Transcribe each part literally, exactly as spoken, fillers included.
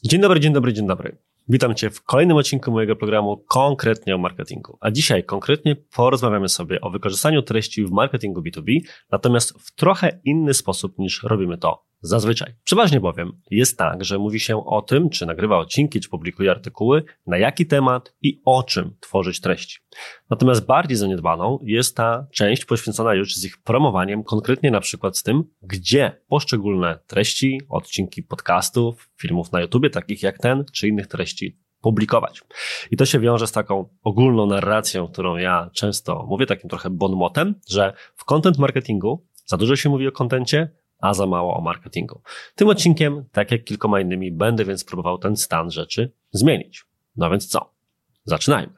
Dzień dobry, dzień dobry, dzień dobry. Witam Cię w kolejnym odcinku mojego programu konkretnie o marketingu. A dzisiaj konkretnie porozmawiamy sobie o wykorzystaniu treści w marketingu B dwa B, natomiast w trochę inny sposób niż robimy to zazwyczaj. Przeważnie bowiem jest tak, że mówi się o tym, czy nagrywa odcinki, czy publikuje artykuły, na jaki temat i o czym tworzyć treści. Natomiast bardziej zaniedbaną jest ta część poświęcona już z ich promowaniem, konkretnie na przykład z tym, gdzie poszczególne treści, odcinki podcastów, filmów na YouTubie, takich jak ten, czy innych treści publikować. I to się wiąże z taką ogólną narracją, którą ja często mówię, takim trochę bonmotem, że w content marketingu za dużo się mówi o kontencie, a za mało o marketingu. Tym odcinkiem, tak jak kilkoma innymi, będę więc próbował ten stan rzeczy zmienić. No więc co? Zaczynajmy.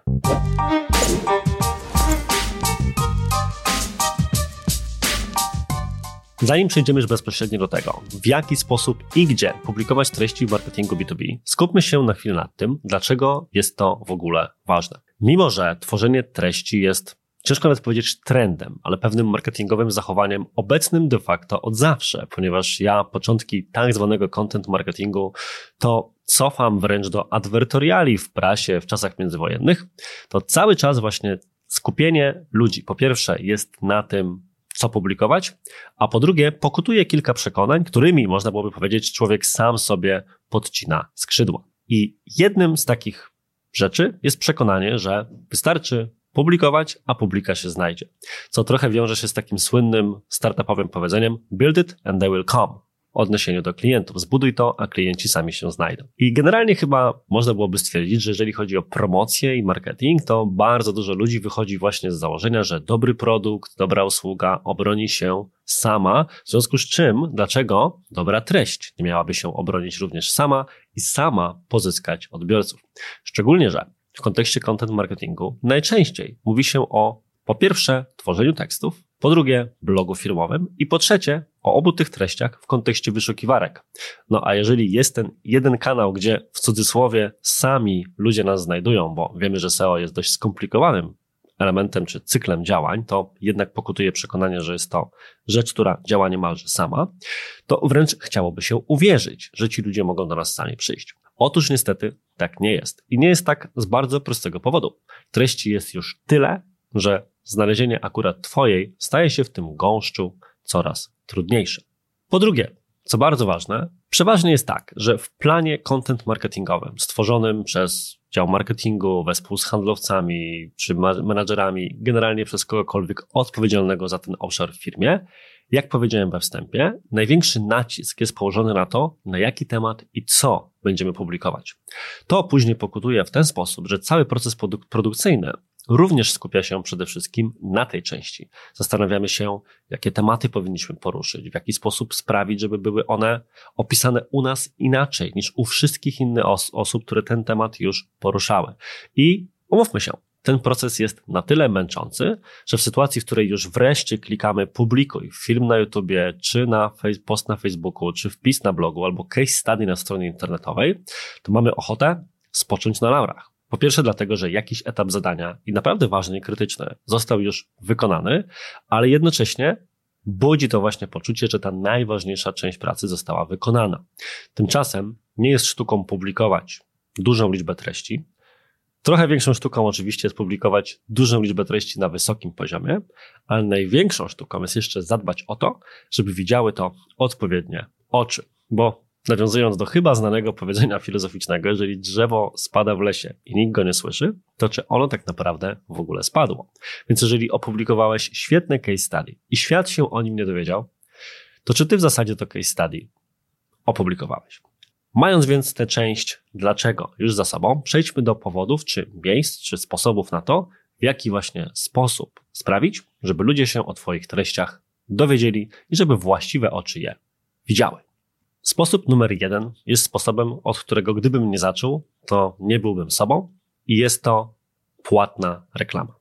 Zanim przejdziemy już bezpośrednio do tego, w jaki sposób i gdzie publikować treści w marketingu B dwa B, skupmy się na chwilę nad tym, dlaczego jest to w ogóle ważne. Mimo że tworzenie treści jest, ciężko nawet powiedzieć trendem, ale pewnym marketingowym zachowaniem obecnym de facto od zawsze, ponieważ ja początki tak zwanego content marketingu to cofam wręcz do adwertoriali w prasie w czasach międzywojennych, to cały czas właśnie skupienie ludzi po pierwsze jest na tym, co publikować, a po drugie pokutuje kilka przekonań, którymi można byłoby powiedzieć człowiek sam sobie podcina skrzydła. I jednym z takich rzeczy jest przekonanie, że wystarczy publikować, a publika się znajdzie. Co trochę wiąże się z takim słynnym startupowym powiedzeniem build it and they will come. W odniesieniu do klientów. Zbuduj to, a klienci sami się znajdą. I generalnie chyba można byłoby stwierdzić, że jeżeli chodzi o promocję i marketing, to bardzo dużo ludzi wychodzi właśnie z założenia, że dobry produkt, dobra usługa obroni się sama, w związku z czym, dlaczego dobra treść nie miałaby się obronić również sama i sama pozyskać odbiorców. Szczególnie, że w kontekście content marketingu najczęściej mówi się o, po pierwsze, tworzeniu tekstów, po drugie, blogu firmowym i po trzecie, o obu tych treściach w kontekście wyszukiwarek. No a jeżeli jest ten jeden kanał, gdzie w cudzysłowie sami ludzie nas znajdują, bo wiemy, że S E O jest dość skomplikowanym elementem czy cyklem działań, to jednak pokutuje przekonanie, że jest to rzecz, która działa niemalże sama, to wręcz chciałoby się uwierzyć, że ci ludzie mogą do nas sami przyjść. Otóż niestety tak nie jest. I nie jest tak z bardzo prostego powodu. Treści jest już tyle, że znalezienie akurat twojej staje się w tym gąszczu coraz trudniejsze. Po drugie, co bardzo ważne, przeważnie jest tak, że w planie content marketingowym stworzonym przez dział marketingu, wespół z handlowcami czy menadżerami, generalnie przez kogokolwiek odpowiedzialnego za ten obszar w firmie, jak powiedziałem we wstępie, największy nacisk jest położony na to, na jaki temat i co będziemy publikować. To później pokutuje w ten sposób, że cały proces produk- produkcyjny również skupia się przede wszystkim na tej części. Zastanawiamy się, jakie tematy powinniśmy poruszyć, w jaki sposób sprawić, żeby były one opisane u nas inaczej niż u wszystkich innych os- osób, które ten temat już poruszały. I umówmy się, ten proces jest na tyle męczący, że w sytuacji, w której już wreszcie klikamy publikuj film na YouTubie, czy na face- post na Facebooku, czy wpis na blogu, albo case study na stronie internetowej, to mamy ochotę spocząć na laurach. Po pierwsze dlatego, że jakiś etap zadania i naprawdę ważny i krytyczny został już wykonany, ale jednocześnie budzi to właśnie poczucie, że ta najważniejsza część pracy została wykonana. Tymczasem nie jest sztuką publikować dużą liczbę treści. Trochę większą sztuką oczywiście jest publikować dużą liczbę treści na wysokim poziomie, ale największą sztuką jest jeszcze zadbać o to, żeby widziały to odpowiednie oczy, bo nawiązując do chyba znanego powiedzenia filozoficznego, jeżeli drzewo spada w lesie i nikt go nie słyszy, to czy ono tak naprawdę w ogóle spadło? Więc jeżeli opublikowałeś świetne case study i świat się o nim nie dowiedział, to czy ty w zasadzie to case study opublikowałeś? Mając więc tę część dlaczego już za sobą, przejdźmy do powodów, czy miejsc, czy sposobów na to, w jaki właśnie sposób sprawić, żeby ludzie się o twoich treściach dowiedzieli i żeby właściwe oczy je widziały. Sposób numer jeden jest sposobem, od którego gdybym nie zaczął, to nie byłbym sobą i jest to płatna reklama.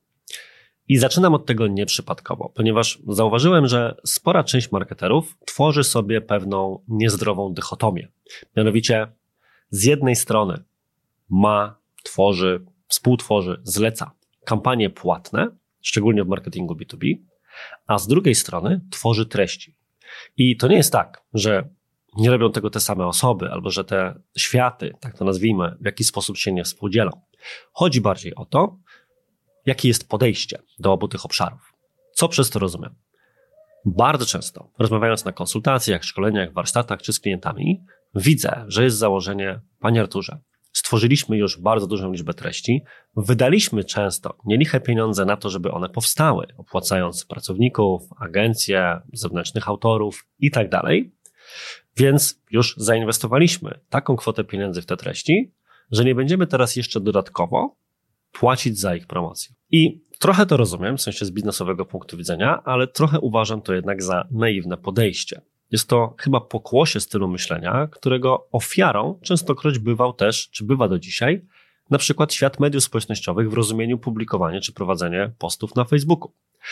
I zaczynam od tego nieprzypadkowo, ponieważ zauważyłem, że spora część marketerów tworzy sobie pewną niezdrową dychotomię. Mianowicie z jednej strony ma, tworzy, współtworzy, zleca kampanie płatne, szczególnie w marketingu B dwa B, a z drugiej strony tworzy treści. I to nie jest tak, że nie robią tego te same osoby, albo że te światy, tak to nazwijmy, w jakiś sposób się nie współdzielą. Chodzi bardziej o to, jakie jest podejście do obu tych obszarów. Co przez to rozumiem? Bardzo często, rozmawiając na konsultacjach, szkoleniach, warsztatach czy z klientami, widzę, że jest założenie: panie Arturze, stworzyliśmy już bardzo dużą liczbę treści, wydaliśmy często nieliche pieniądze na to, żeby one powstały, opłacając pracowników, agencje, zewnętrznych autorów i tak dalej, więc już zainwestowaliśmy taką kwotę pieniędzy w te treści, że nie będziemy teraz jeszcze dodatkowo płacić za ich promocję. I trochę to rozumiem, w sensie z biznesowego punktu widzenia, ale trochę uważam to jednak za naiwne podejście. Jest to chyba pokłosie stylu myślenia, którego ofiarą częstokroć bywał też, czy bywa do dzisiaj, na przykład świat mediów społecznościowych w rozumieniu publikowanie czy prowadzenie postów na Facebooku.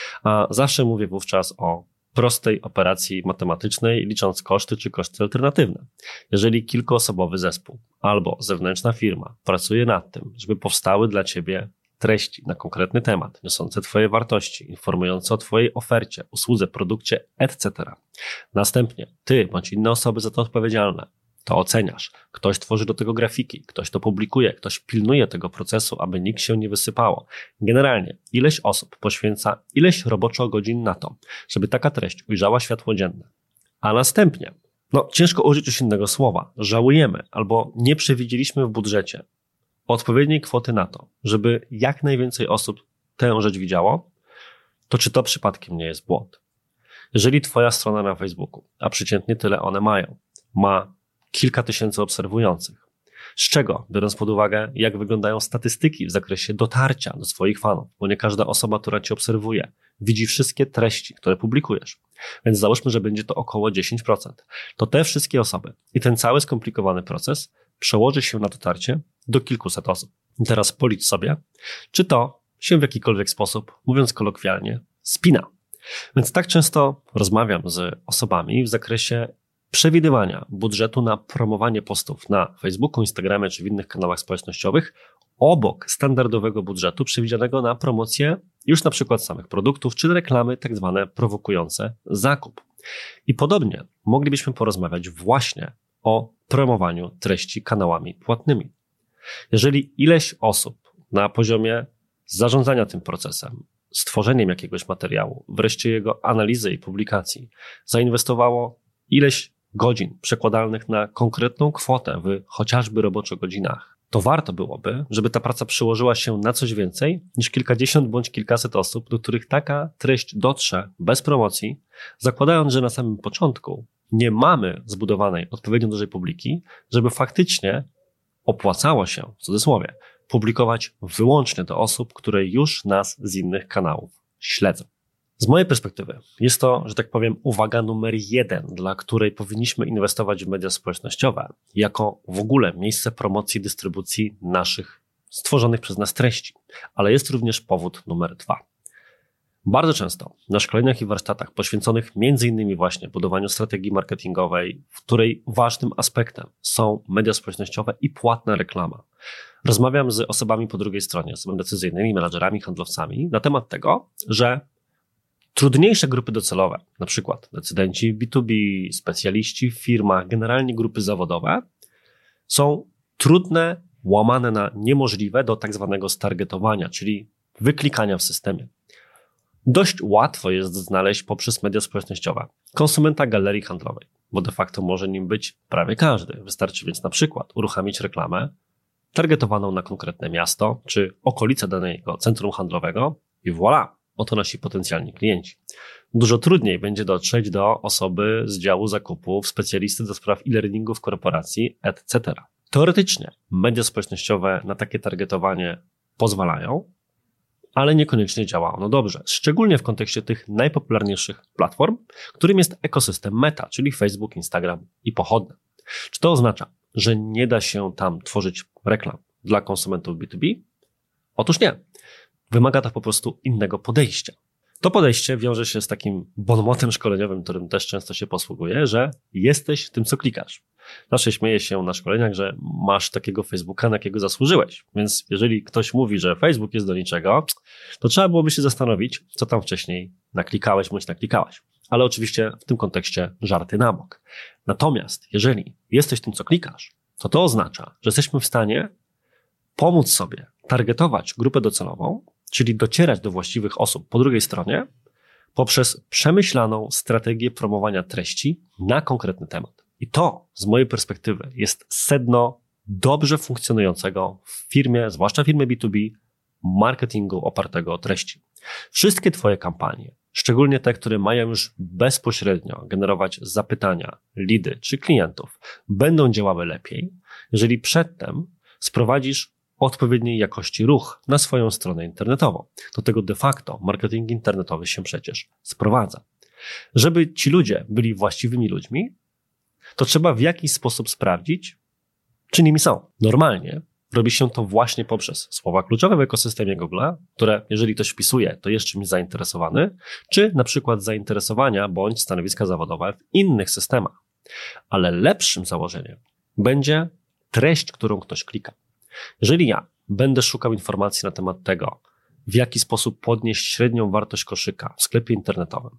A zawsze mówię wówczas o prostej operacji matematycznej, licząc koszty czy koszty alternatywne. Jeżeli kilkuosobowy zespół albo zewnętrzna firma pracuje nad tym, żeby powstały dla ciebie treści na konkretny temat, niosące twoje wartości, informujące o twojej ofercie, usłudze, produkcie, et cetera. Następnie ty bądź inne osoby za to odpowiedzialne to oceniasz. Ktoś tworzy do tego grafiki, ktoś to publikuje, ktoś pilnuje tego procesu, aby nikt się nie wysypało. Generalnie ileś osób poświęca ileś roboczo godzin na to, żeby taka treść ujrzała światło dzienne. A następnie, no ciężko użyć już innego słowa, żałujemy albo nie przewidzieliśmy w budżecie odpowiedniej kwoty na to, żeby jak najwięcej osób tę rzecz widziało, to czy to przypadkiem nie jest błąd? Jeżeli twoja strona na Facebooku, a przeciętnie tyle one mają, ma kilka tysięcy obserwujących, z czego, biorąc pod uwagę, jak wyglądają statystyki w zakresie dotarcia do swoich fanów, bo nie każda osoba, która cię obserwuje, widzi wszystkie treści, które publikujesz, więc załóżmy, że będzie to około dziesięć procent, to te wszystkie osoby i ten cały skomplikowany proces przełoży się na dotarcie do kilkuset osób. I teraz policz sobie, czy to się w jakikolwiek sposób, mówiąc kolokwialnie, spina. Więc tak często rozmawiam z osobami w zakresie przewidywania budżetu na promowanie postów na Facebooku, Instagramie czy w innych kanałach społecznościowych obok standardowego budżetu przewidzianego na promocję już na przykład samych produktów czy reklamy tak zwane prowokujące zakup. I podobnie moglibyśmy porozmawiać właśnie o promowaniu treści kanałami płatnymi. Jeżeli ileś osób na poziomie zarządzania tym procesem, stworzeniem jakiegoś materiału, wreszcie jego analizy i publikacji, zainwestowało ileś godzin przekładalnych na konkretną kwotę w chociażby roboczo godzinach, to warto byłoby, żeby ta praca przełożyła się na coś więcej niż kilkadziesiąt bądź kilkaset osób, do których taka treść dotrze bez promocji, zakładając, że na samym początku nie mamy zbudowanej odpowiednio dużej publiki, żeby faktycznie opłacało się, w cudzysłowie, publikować wyłącznie do osób, które już nas z innych kanałów śledzą. Z mojej perspektywy jest to, że tak powiem, uwaga numer jeden, dla której powinniśmy inwestować w media społecznościowe jako w ogóle miejsce promocji i dystrybucji naszych stworzonych przez nas treści. Ale jest również powód numer dwa. Bardzo często na szkoleniach i warsztatach poświęconych między innymi właśnie budowaniu strategii marketingowej, w której ważnym aspektem są media społecznościowe i płatna reklama, rozmawiam z osobami po drugiej stronie, osobami decyzyjnymi, menadżerami, handlowcami na temat tego, że trudniejsze grupy docelowe, na przykład decydenci B dwa B, specjaliści w firmach, generalnie grupy zawodowe, są trudne, łamane na niemożliwe do tak zwanego stargetowania, czyli wyklikania w systemie. Dość łatwo jest znaleźć poprzez media społecznościowe konsumenta galerii handlowej, bo de facto może nim być prawie każdy. Wystarczy więc na przykład uruchomić reklamę targetowaną na konkretne miasto czy okolice danego centrum handlowego i voilà! Oto nasi potencjalni klienci. Dużo trudniej będzie dotrzeć do osoby z działu zakupów, specjalisty do spraw e-learningu w korporacji, et cetera. Teoretycznie media społecznościowe na takie targetowanie pozwalają, ale niekoniecznie działa ono dobrze. Szczególnie w kontekście tych najpopularniejszych platform, którym jest ekosystem Meta, czyli Facebook, Instagram i pochodne. Czy to oznacza, że nie da się tam tworzyć reklam dla konsumentów B dwa B? Otóż nie. Wymaga to po prostu innego podejścia. To podejście wiąże się z takim bonmotem szkoleniowym, którym też często się posługuję, że jesteś tym, co klikasz. Zawsze śmieję się na szkoleniach, że masz takiego Facebooka, na jakiego zasłużyłeś. Więc jeżeli ktoś mówi, że Facebook jest do niczego, to trzeba byłoby się zastanowić, co tam wcześniej naklikałeś bądź naklikałaś. ale oczywiście w tym kontekście żarty na bok. Natomiast jeżeli jesteś tym, co klikasz, to to oznacza, że jesteśmy w stanie pomóc sobie targetować grupę docelową, czyli docierać do właściwych osób po drugiej stronie poprzez przemyślaną strategię promowania treści na konkretny temat. I to z mojej perspektywy jest sedno dobrze funkcjonującego w firmie, zwłaszcza w firmie B dwa B, marketingu opartego o treści. Wszystkie twoje kampanie, szczególnie te, które mają już bezpośrednio generować zapytania, lidy czy klientów, będą działały lepiej, jeżeli przedtem sprowadzisz odpowiedniej jakości ruch na swoją stronę internetową. Do tego de facto marketing internetowy się przecież sprowadza. Żeby ci ludzie byli właściwymi ludźmi, to trzeba w jakiś sposób sprawdzić, czy nimi są. Normalnie robi się to właśnie poprzez słowa kluczowe w ekosystemie Google'a, które jeżeli ktoś wpisuje, to jest czymś zainteresowany, czy na przykład zainteresowania bądź stanowiska zawodowe w innych systemach. Ale lepszym założeniem będzie treść, którą ktoś klika. Jeżeli ja będę szukał informacji na temat tego, w jaki sposób podnieść średnią wartość koszyka w sklepie internetowym,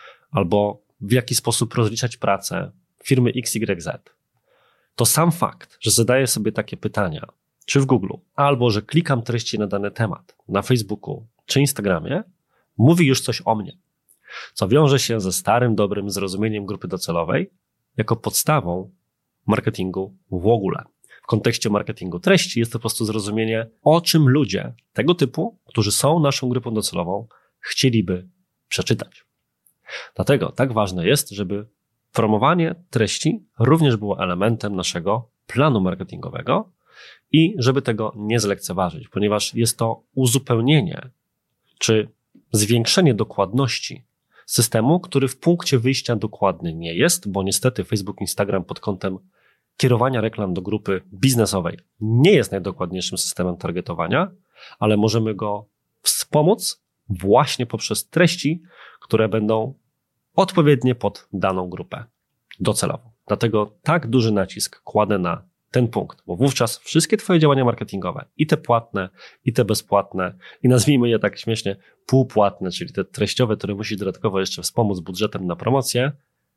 albo w jaki sposób rozliczać pracę firmy X Y Z, to sam fakt, że zadaję sobie takie pytania, czy w Google, albo że klikam treści na dany temat na Facebooku czy Instagramie, mówi już coś o mnie, co wiąże się ze starym, dobrym zrozumieniem grupy docelowej jako podstawą marketingu w ogóle. W kontekście marketingu treści jest to po prostu zrozumienie, o czym ludzie tego typu, którzy są naszą grupą docelową, chcieliby przeczytać. Dlatego tak ważne jest, żeby promowanie treści również było elementem naszego planu marketingowego i żeby tego nie zlekceważyć, ponieważ jest to uzupełnienie czy zwiększenie dokładności systemu, który w punkcie wyjścia dokładny nie jest, bo niestety Facebook, Instagram pod kątem kierowania reklam do grupy biznesowej nie jest najdokładniejszym systemem targetowania, ale możemy go wspomóc właśnie poprzez treści, które będą odpowiednie pod daną grupę docelową. Dlatego tak duży nacisk kładę na ten punkt, bo wówczas wszystkie twoje działania marketingowe, i te płatne, i te bezpłatne, i nazwijmy je tak śmiesznie półpłatne, czyli te treściowe, które musisz dodatkowo jeszcze wspomóc budżetem na promocję,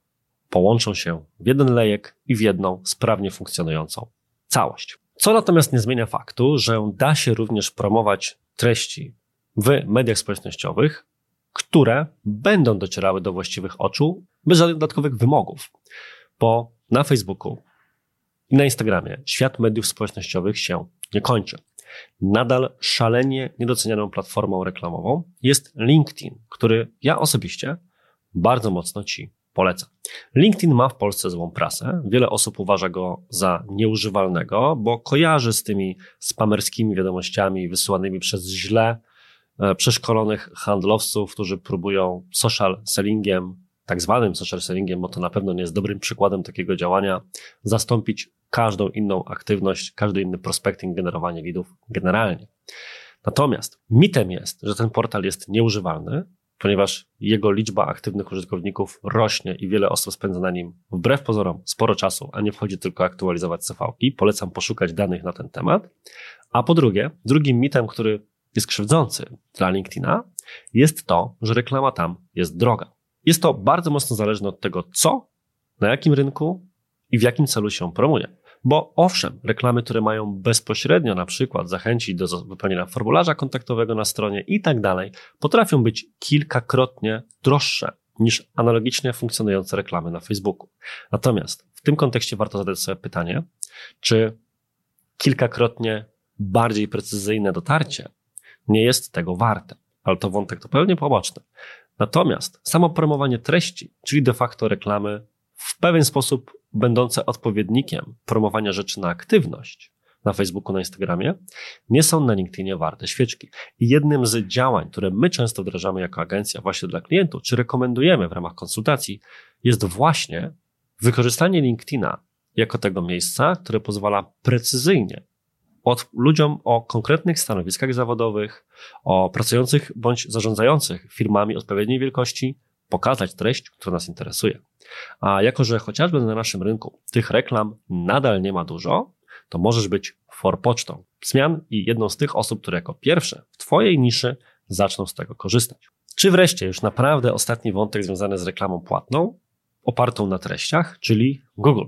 połączą się w jeden lejek i w jedną sprawnie funkcjonującą całość. Co natomiast nie zmienia faktu, że da się również promować treści w mediach społecznościowych, które będą docierały do właściwych oczu bez żadnych dodatkowych wymogów, bo na Facebooku i na Instagramie świat mediów społecznościowych się nie kończy. Nadal szalenie niedocenianą platformą reklamową jest LinkedIn, który ja osobiście bardzo mocno Ci polecam. LinkedIn ma w Polsce złą prasę. Wiele osób uważa go za nieużywalnego, bo kojarzy z tymi spamerskimi wiadomościami wysyłanymi przez źle przeszkolonych handlowców, którzy próbują social sellingiem, tak zwanym social sellingiem, bo to na pewno nie jest dobrym przykładem takiego działania, zastąpić każdą inną aktywność, każdy inny prospecting, generowanie leadów generalnie. Natomiast mitem jest, że ten portal jest nieużywalny, ponieważ jego liczba aktywnych użytkowników rośnie i wiele osób spędza na nim wbrew pozorom sporo czasu, a nie wchodzi tylko aktualizować C V-ki. Polecam poszukać danych na ten temat. A po drugie, drugim mitem, który jest krzywdzący dla LinkedIna, jest to, że reklama tam jest droga. Jest to bardzo mocno zależne od tego, co, na jakim rynku i w jakim celu się promuje. Bo owszem, reklamy, które mają bezpośrednio na przykład zachęcić do wypełnienia formularza kontaktowego na stronie i tak dalej, potrafią być kilkakrotnie droższe niż analogicznie funkcjonujące reklamy na Facebooku. Natomiast w tym kontekście warto zadać sobie pytanie, czy kilkakrotnie bardziej precyzyjne dotarcie nie jest tego warte. Ale to wątek to pewnie poboczny. Natomiast samo promowanie treści, czyli de facto reklamy w pewien sposób będące odpowiednikiem promowania rzeczy na aktywność na Facebooku, na Instagramie, nie są na LinkedInie warte świeczki. I jednym z działań, które my często wdrażamy jako agencja właśnie dla klientów, czy rekomendujemy w ramach konsultacji, jest właśnie wykorzystanie LinkedIna jako tego miejsca, które pozwala precyzyjnie od ludziom o konkretnych stanowiskach zawodowych, o pracujących bądź zarządzających firmami odpowiedniej wielkości, pokazać treść, która nas interesuje. A jako, że chociażby na naszym rynku tych reklam nadal nie ma dużo, to możesz być forpocztą zmian i jedną z tych osób, które jako pierwsze w Twojej niszy zaczną z tego korzystać. Czy wreszcie już naprawdę ostatni wątek związany z reklamą płatną, opartą na treściach, czyli Google.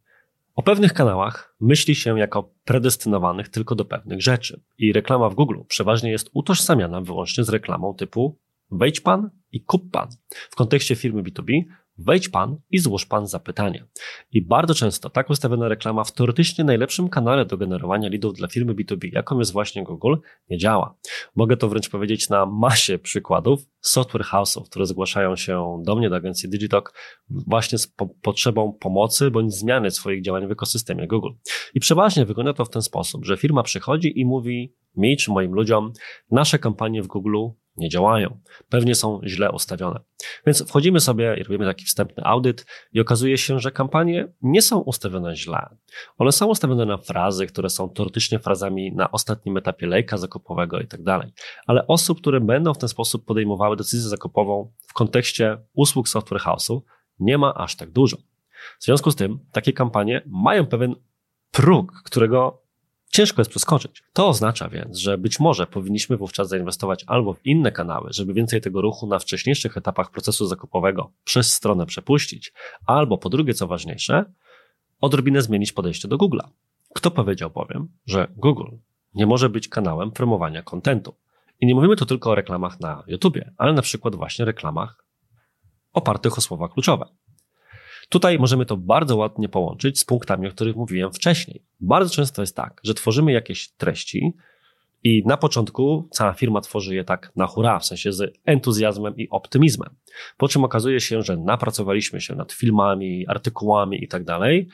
O pewnych kanałach myśli się jako predestynowanych tylko do pewnych rzeczy i reklama w Google przeważnie jest utożsamiana wyłącznie z reklamą typu wejdź pan i kup pan. W kontekście firmy B dwa B wejdź pan i złóż pan zapytanie. I bardzo często tak ustawiona reklama w teoretycznie najlepszym kanale do generowania leadów dla firmy B dwa B, jaką jest właśnie Google, nie działa. Mogę to wręcz powiedzieć na masie przykładów software house'ów, które zgłaszają się do mnie, do agencji Digitalk właśnie z po- potrzebą pomocy bądź zmiany swoich działań w ekosystemie Google. I przeważnie wygląda to w ten sposób, że firma przychodzi i mówi mi czy moim ludziom, nasze kampanie w Google nie działają. Pewnie są źle ustawione. Więc wchodzimy sobie i robimy taki wstępny audyt i okazuje się, że kampanie nie są ustawione źle. One są ustawione na frazy, które są teoretycznie frazami na ostatnim etapie lejka zakupowego i tak dalej. Ale osób, które będą w ten sposób podejmowały decyzję zakupową w kontekście usług software house'u nie ma aż tak dużo. W związku z tym takie kampanie mają pewien próg, którego ciężko jest przeskoczyć. To oznacza więc, że być może powinniśmy wówczas zainwestować albo w inne kanały, żeby więcej tego ruchu na wcześniejszych etapach procesu zakupowego przez stronę przepuścić, albo po drugie, co ważniejsze, odrobinę zmienić podejście do Google'a. Kto powiedział bowiem, że Google nie może być kanałem promowania kontentu? I nie mówimy tu tylko o reklamach na YouTubie, ale na przykład właśnie reklamach opartych o słowa kluczowe. Tutaj możemy to bardzo ładnie połączyć z punktami, o których mówiłem wcześniej. Bardzo często jest tak, że tworzymy jakieś treści i na początku cała firma tworzy je tak na hura, w sensie z entuzjazmem i optymizmem. Po czym okazuje się, że napracowaliśmy się nad filmami, artykułami i tak dalej.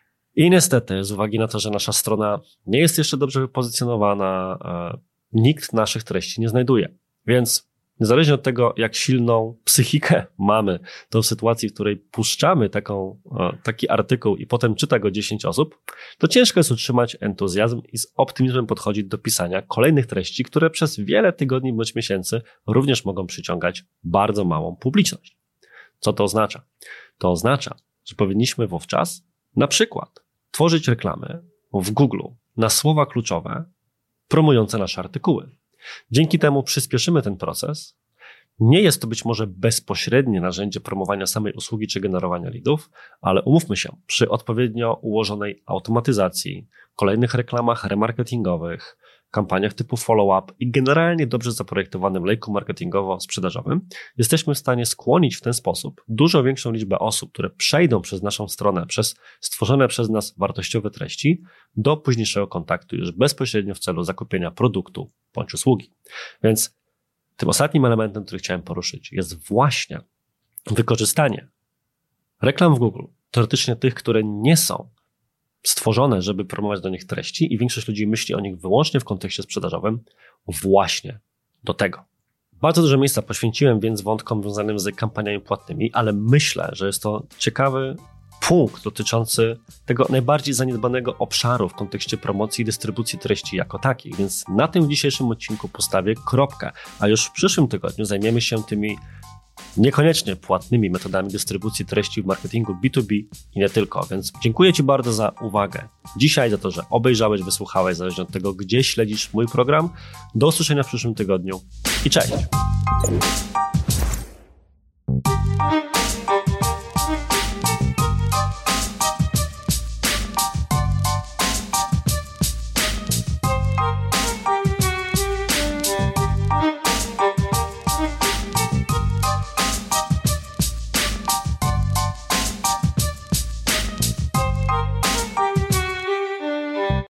I niestety, z uwagi na to, że nasza strona nie jest jeszcze dobrze wypozycjonowana, nikt naszych treści nie znajduje. Więc niezależnie od tego, jak silną psychikę mamy, to w sytuacji, w której puszczamy taką, taki artykuł i potem czyta go dziesięć osób, to ciężko jest utrzymać entuzjazm i z optymizmem podchodzić do pisania kolejnych treści, które przez wiele tygodni bądź miesięcy również mogą przyciągać bardzo małą publiczność. Co to oznacza? To oznacza, że powinniśmy wówczas na przykład tworzyć reklamy w Google na słowa kluczowe promujące nasze artykuły. Dzięki temu przyspieszymy ten proces. Nie jest to być może bezpośrednie narzędzie promowania samej usługi czy generowania leadów, ale umówmy się, przy odpowiednio ułożonej automatyzacji, kolejnych reklamach remarketingowych, kampaniach typu follow-up i generalnie dobrze zaprojektowanym lejku marketingowo-sprzedażowym, jesteśmy w stanie skłonić w ten sposób dużo większą liczbę osób, które przejdą przez naszą stronę, przez stworzone przez nas wartościowe treści, do późniejszego kontaktu już bezpośrednio w celu zakupienia produktu bądź usługi. Więc tym ostatnim elementem, który chciałem poruszyć, jest właśnie wykorzystanie reklam w Google, teoretycznie tych, które nie są stworzone, żeby promować do nich treści i większość ludzi myśli o nich wyłącznie w kontekście sprzedażowym, właśnie do tego. Bardzo dużo miejsca poświęciłem więc wątkom związanym z kampaniami płatnymi, ale myślę, że jest to ciekawy punkt dotyczący tego najbardziej zaniedbanego obszaru w kontekście promocji i dystrybucji treści jako takich, więc na tym w dzisiejszym odcinku postawię kropkę, a już w przyszłym tygodniu zajmiemy się tymi niekoniecznie płatnymi metodami dystrybucji treści w marketingu B dwa B i nie tylko, więc dziękuję Ci bardzo za uwagę dzisiaj, za to, że obejrzałeś, wysłuchałeś, zależnie od tego, gdzie śledzisz mój program. Do usłyszenia w przyszłym tygodniu i cześć!